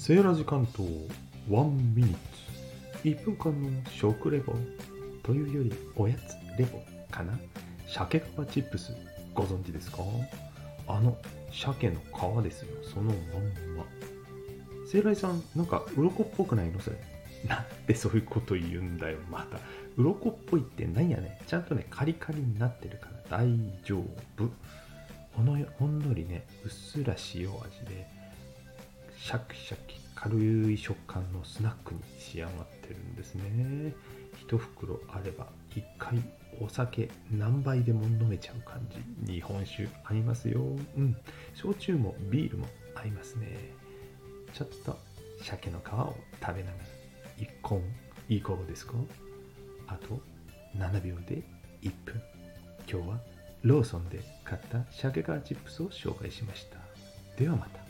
セーラジ関東1ミニッツ1分間の食レポというよりおやつレポかな。鮭皮チップスご存知ですか？鮭の皮ですよ、そのまんま。セーラジさん、なんか鱗っぽくないのそれ？なんでそういうこと言うんだよ、また。鱗っぽいってなんやねん。ちゃんとね、カリカリになってるから大丈夫。ほんのりね、うっすら塩味でシャキシャキ軽い食感のスナックに仕上がってるんですね。一袋あれば一回お酒何杯でも飲めちゃう感じ。日本酒合いますよ。焼酎もビールも合いますね。ちょっと鮭の皮を食べながら一本いかがですか？あと7秒で1分。今日はローソンで買った鮭皮チップスを紹介しました。ではまた。